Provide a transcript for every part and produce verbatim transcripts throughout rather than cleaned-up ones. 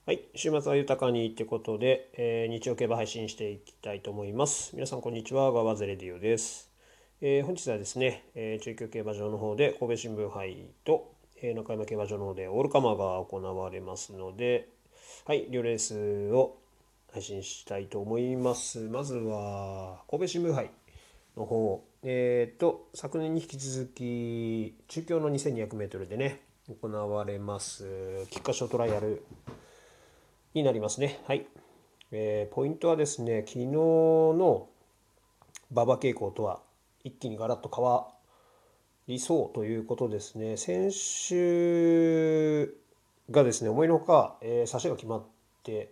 はい、週末は豊かにということで、えー日曜競馬配信していきたいと思います。皆さんこんにちは、ガワゼレディオです。えー本日はですね、えー中京競馬場の方で神戸新聞杯と、えー中山競馬場の方でオールカマーが行われますので、はい、両レースを配信したいと思います。まずは神戸新聞杯の方、えーと、昨年に引き続き中京のにせんにひゃくメートルでね、行われます菊花賞トライアルになりますね。はい。えーポイントはですね、昨日の馬場傾向とは一気にガラッと変わりそうということですね。先週がですね、思いのほか、えー、差しが決まって、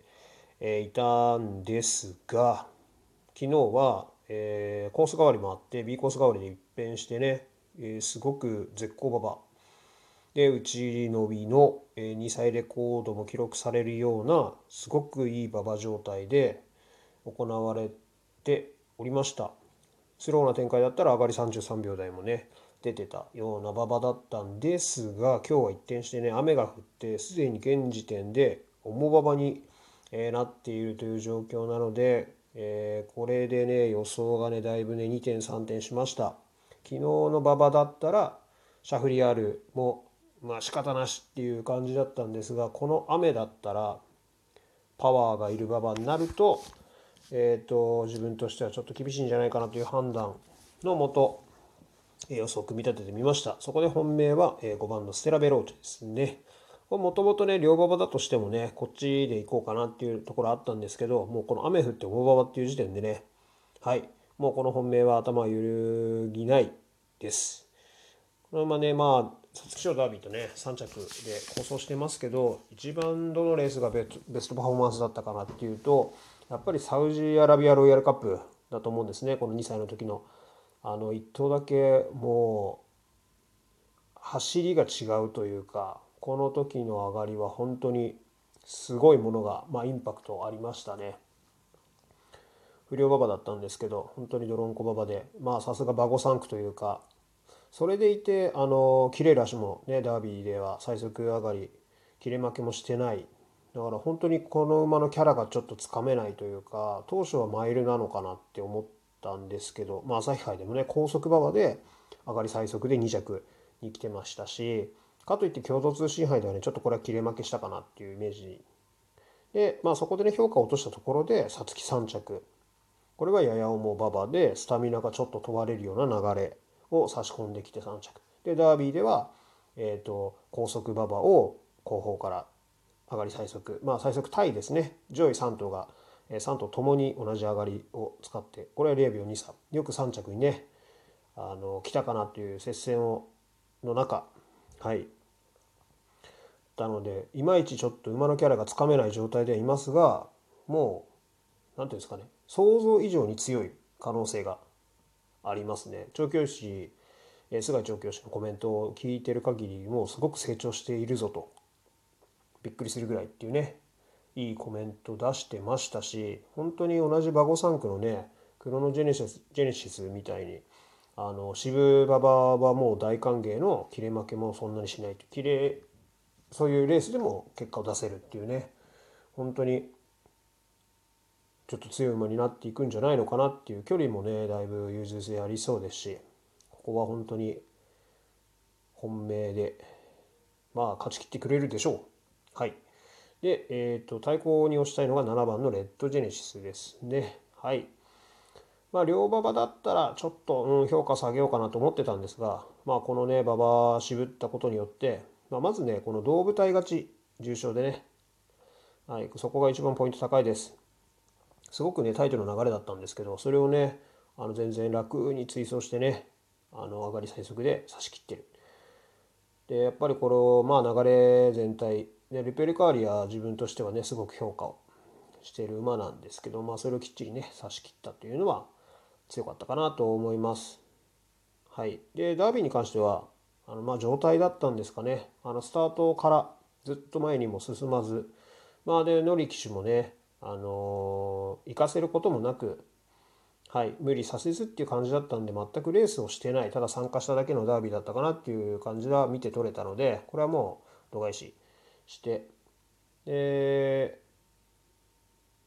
えーいたんですが、昨日は、えーコース代わりもあって、B コース代わりで一変してね、えーすごく絶好馬場。で、内伸びのにさいレコードも記録されるような、すごくいい馬場状態で行われておりました。スローな展開だったら上がりさんじゅうさんびょう台もね、出てたような馬場だったんですが、今日は一転してね、雨が降って、すでに現時点で重馬場になっているという状況なので、えーこれでね、予想がね、だいぶね、にてんさんてんしました。昨日の馬場だったら、シャフリヤールも、まあ仕方なしっていう感じだったんですが、この雨だったら、パワーがいる馬場になると、えーと、自分としてはちょっと厳しいんじゃないかなという判断のもと、予想を組み立ててみました。そこで本命はごばんのステラベローチェですね。もともとね、両馬場だとしてもね、こっちで行こうかなっていうところあったんですけど、もうこの雨降って大馬場っていう時点でね、はい、もうこの本命は頭揺るぎないです。このままね、まあ、皐月賞ダービーとね、さん着で構想してますけど、一番どのレースがベストパフォーマンスだったかなっていうと、やっぱりサウジアラビアロイヤルカップだと思うんですね、このにさいの時の。あの、いっ頭だけもう、走りが違うというか、この時の上がりは本当にすごいものが、まあ、インパクトありましたね。不良馬場だったんですけど、本当にドロンコ馬場で、まあ、さすが馬後産区というか、それでいて、あの、切れる足もね、ダービーでは最速上がり、切れ負けもしてない。だから本当にこの馬のキャラがちょっとつかめないというか、当初はマイルなのかなって思ったんですけど、まあ、朝日杯でもね、高速馬場で上がり最速でに着に来てましたし、かといって共同通信杯ではね、ちょっとこれは切れ負けしたかなっていうイメージで、まあ、そこでね、評価を落としたところで、皐月さん着。これはやや重馬場でスタミナがちょっと問われるような流れを差し込んできてさん着で、ダービーでは、えー、と高速馬場を後方から上がり最速、まあ最速タイですね。上位さん頭がさん頭ともに同じ上がりを使って、これはれいびょうに差、よくさん着にね、あの来たかなという接戦をの中、はい、なのでいまいちちょっと馬のキャラがつかめない状態ではいますが、もうなんていうんですかね、想像以上に強い可能性がありますね。調教師、菅井調教師のコメントを聞いてる限り、もうすごく成長しているぞと、びっくりするぐらいっていうね、いいコメント出してましたし、本当に同じ馬ゴさん区のね、クロノジェネシス、ジェネシスみたいに、あの渋馬場はもう大歓迎の切れ負けもそんなにしないと、切れそういうレースでも結果を出せるっていうね、本当にちょっと強い馬になっていくんじゃないのかなっていう、距離もねだいぶ融通性ありそうですし、ここは本当に本命でまあ勝ち切ってくれるでしょう。はい。で、えー、と対抗に推したいのがななばんのレッドジェネシスですね。はい。まあ両馬場だったらちょっと、うん、評価下げようかなと思ってたんですが、まあこのね馬場渋ったことによって、まあ、まずねこの同部体勝ち重賞でね、はい、そこが一番ポイント高いです。すごくねタイトルの流れだったんですけど、それをねあの全然楽に追走してね、あの上がり最速で差し切ってる。でやっぱりこの、まあ、流れ全体でリペリカーリは自分としてはねすごく評価をしている馬なんですけど、まあ、それをきっちりね差し切ったというのは強かったかなと思います。はい、でダービーに関してはあの、まあ、状態だったんですかね。あのスタートからずっと前にも進まず、まあ、でノリ騎手もね、あのー、行かせることもなく、はい、無理させずっていう感じだったんで、全くレースをしてない、ただ参加しただけのダービーだったかなっていう感じは見て取れたので、これはもう度外視して、で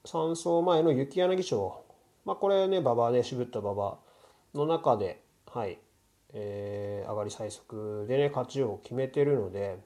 さん走前の雪柳賞、まあ、これね馬場ね渋った馬場の中で、はい、えー上がり最速でね勝ちを決めてるので、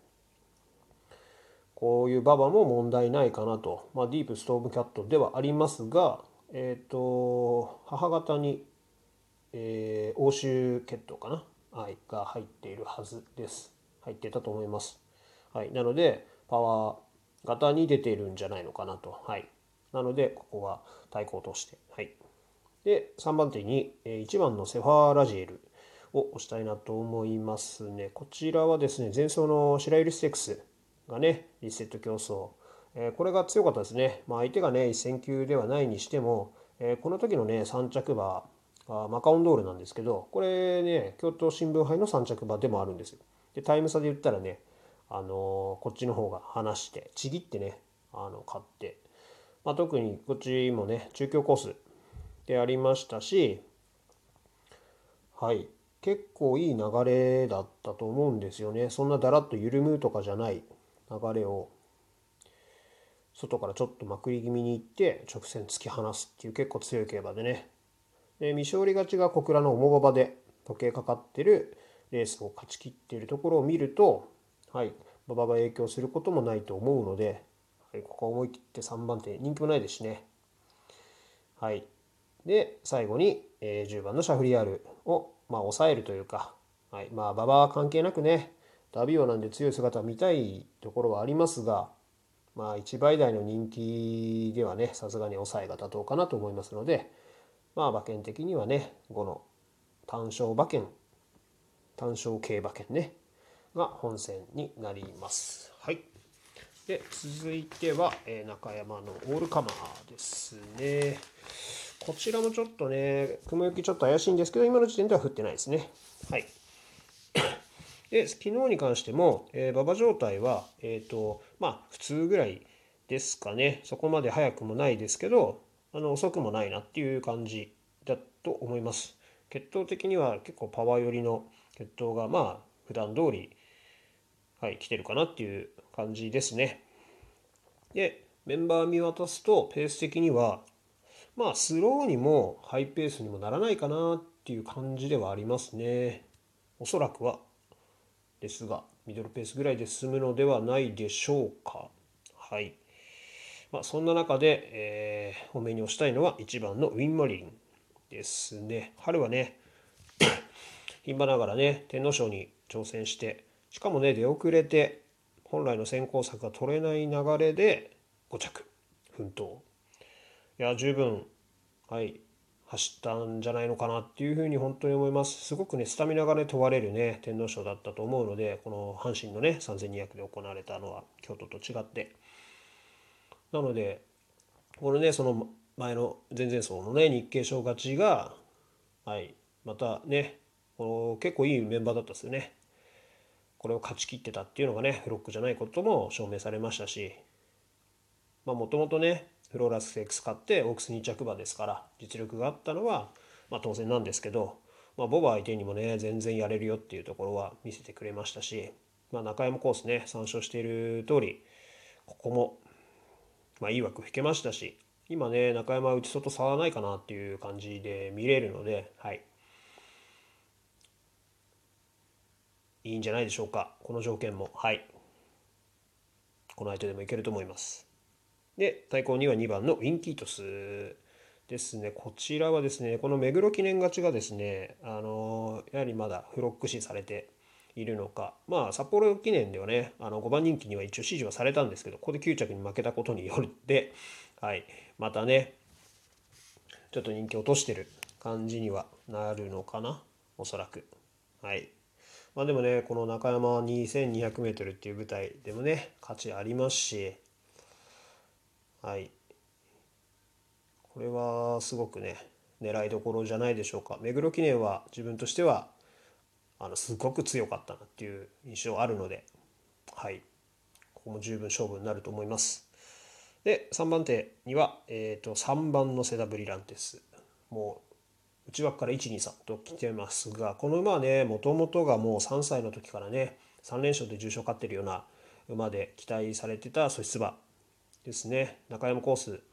こういう馬場も問題ないかなと、まあ、ディープストームキャットではありますが、えっ、と母方に、えー欧州血統かな、はい、が入っているはずです。入ってたと思います。はい、なのでパワー型に出ているんじゃないのかなと。はい、なのでここは対抗として、はい、でさんばん手にいちばんのセファーラジエルを押したいなと思いますね。こちらはですね前走の白百合ステークスがねリセット競争、えーこれが強かったですね。まあ、相手がねせん級ではないにしても、えーこの時のねさん着馬あマカオンドールなんですけど、これね京都新聞杯のさん着馬でもあるんですよ。でタイム差で言ったらね、あのーこっちの方が離してちぎってねあの勝って、まあ、特にこっちもね中京コースでありましたし、はい、結構いい流れだったと思うんですよね。そんなだらっと緩むとかじゃない流れを外からちょっとまくり気味に行って直線突き放すっていう結構強い競馬でね、で未勝利勝ちが小倉の重馬場で時計かかってるレースを勝ち切っているところを見ると、はい、馬場が影響することもないと思うので、はい、ここは思い切ってさんばん手人気もないですしね。はい、で最後に、えーじゅうばんのシャフリヤールを、まあ、抑えるというか、はい、まあ馬場は関係なくねダービー王なんで強い姿を見たいところはありますが、まあいちばい台の人気ではねさすがに抑えが妥当かなと思いますので、まあ馬券的にはねごの単勝馬券単勝競馬券ねが本戦になります。はい。で続いては、えー中山のオールカマーですね。こちらもちょっとね雲行きちょっと怪しいんですけど、今の時点では降ってないですね。はい。で昨日に関しても、えー馬場状態は、えーとまあ、普通ぐらいですかね。そこまで速くもないですけど、あの遅くもないなっていう感じだと思います。血統的には結構パワー寄りの血統がまあ普段通り、はい、来てるかなっていう感じですね。でメンバー見渡すとペース的にはまあスローにもハイペースにもならないかなっていう感じではありますね。おそらくはですがミドルペースぐらいで進むのではないでしょうか。はい。まあ、そんな中で、えー、本命に推したいのはいちばんのウィンマリリンですね。春はね、牝馬ながらね、天皇賞に挑戦して、しかもね、出遅れて、本来の先行策が取れない流れでご着、奮闘。いや、十分、はい、走ったんじゃないのかなっていうふうに本当に思います。すごくね、スタミナがね、問われるね、天皇賞だったと思うので、この阪神のね、さんぜんにひゃくで行われたのは、京都と違って。なので、これね、その前の前々走のね、日経賞勝ちが、はい、またね、この結構いいメンバーだったですよね。これを勝ち切ってたっていうのがね、フロックじゃないことも証明されましたし、まあもともとね、フローラステークス勝ってオークスに着馬ですから、実力があったのは、まあ当然なんですけど、まあボバ相手にもね、全然やれるよっていうところは見せてくれましたし、まあ中山コースね、参照している通り、ここも、まあいい枠引けましたし、今ね、中山は内外差はないかなっていう感じで見れるので、はい。いいんじゃないでしょうか。この条件も。はい。この相手でもいけると思います。で、対抗にはにばんのウィンキートスですね。こちらはですね、この目黒記念勝ちがですね、あのやはりまだフロック視されているのか。まあ、札幌記念ではね、あのごばん人気には一応支持はされたんですけど、ここできゅう着に負けたことによって、はい、またね、ちょっと人気落としてる感じにはなるのかな、おそらく。はい。まあでもね、この中山 にせんにひゃくメートル っていう舞台でもね、価値ありますし、はい。これはすごくね、狙いどころじゃないでしょうか。目黒記念は自分としては、あの、すごく強かったなっていう印象あるので、はい。ここも十分勝負になると思います。で、さんばん手には、えっと、さんばんのセダブリランテス。もう、内枠からいち、に、さんと来てますが、この馬はね、もともとがもうさんさいの時からね、さん連勝で重賞勝ってるような馬で期待されてた素質馬ですね。中山コース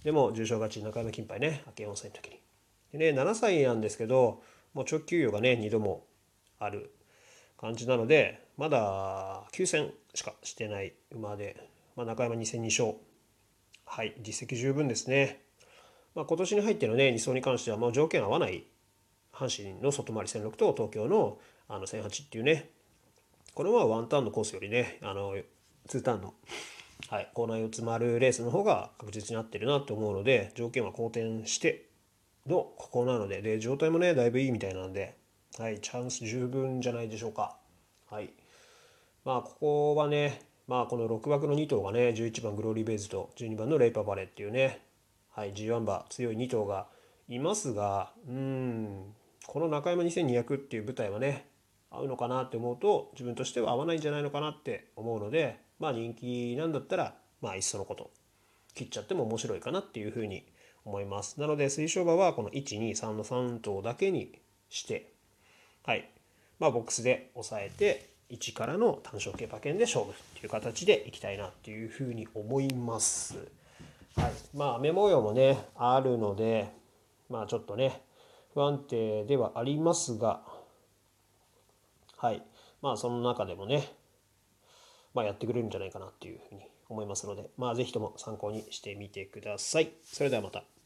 でも重賞勝ち中山金杯ね、明けよんさいの時に。でね、ななさいなんですけど、もう直球余がね、にどもある感じなので、まだきゅう戦しかしてない馬で、まあ、中山に戦に勝。はい、実績十分ですね。まあ、今年に入ってのね、に走に関してはもう条件合わない阪神の外回りせんろくと東京のあのせんはちっていうね、これはワンターンのコースよりね、あのツーターンの、はい、コーナーよつ回るレースの方が確実になってるなと思うので、条件は好転してのここなので、で状態もねだいぶいいみたいなので、はい、チャンス十分じゃないでしょうか。はい、まあここはね、まあこのろく枠のに頭がね、じゅういちばんグローリーベイズとじゅうにばんのレイパーバレーっていうね、はい、ジーワン 馬強いに頭がいますが、うーんこの中山にせんにひゃくっていう舞台はね合うのかなって思うと、自分としては合わないんじゃないのかなって思うので、まあ人気なんだったらまあいっそのこと切っちゃっても面白いかなっていうふうに思います。なので推奨馬はこのいちにさんのさん頭だけにして、はい、まあボックスで抑えていちからの単勝競馬券で勝負っていう形でいきたいなっていうふうに思います。はい、まあ雨模様もねあるので、まあちょっとね不安定ではありますが、はい、まあその中でもね、まあ、やってくれるんじゃないかなっていうふうに思いますので、まあぜひとも参考にしてみてください。それではまた。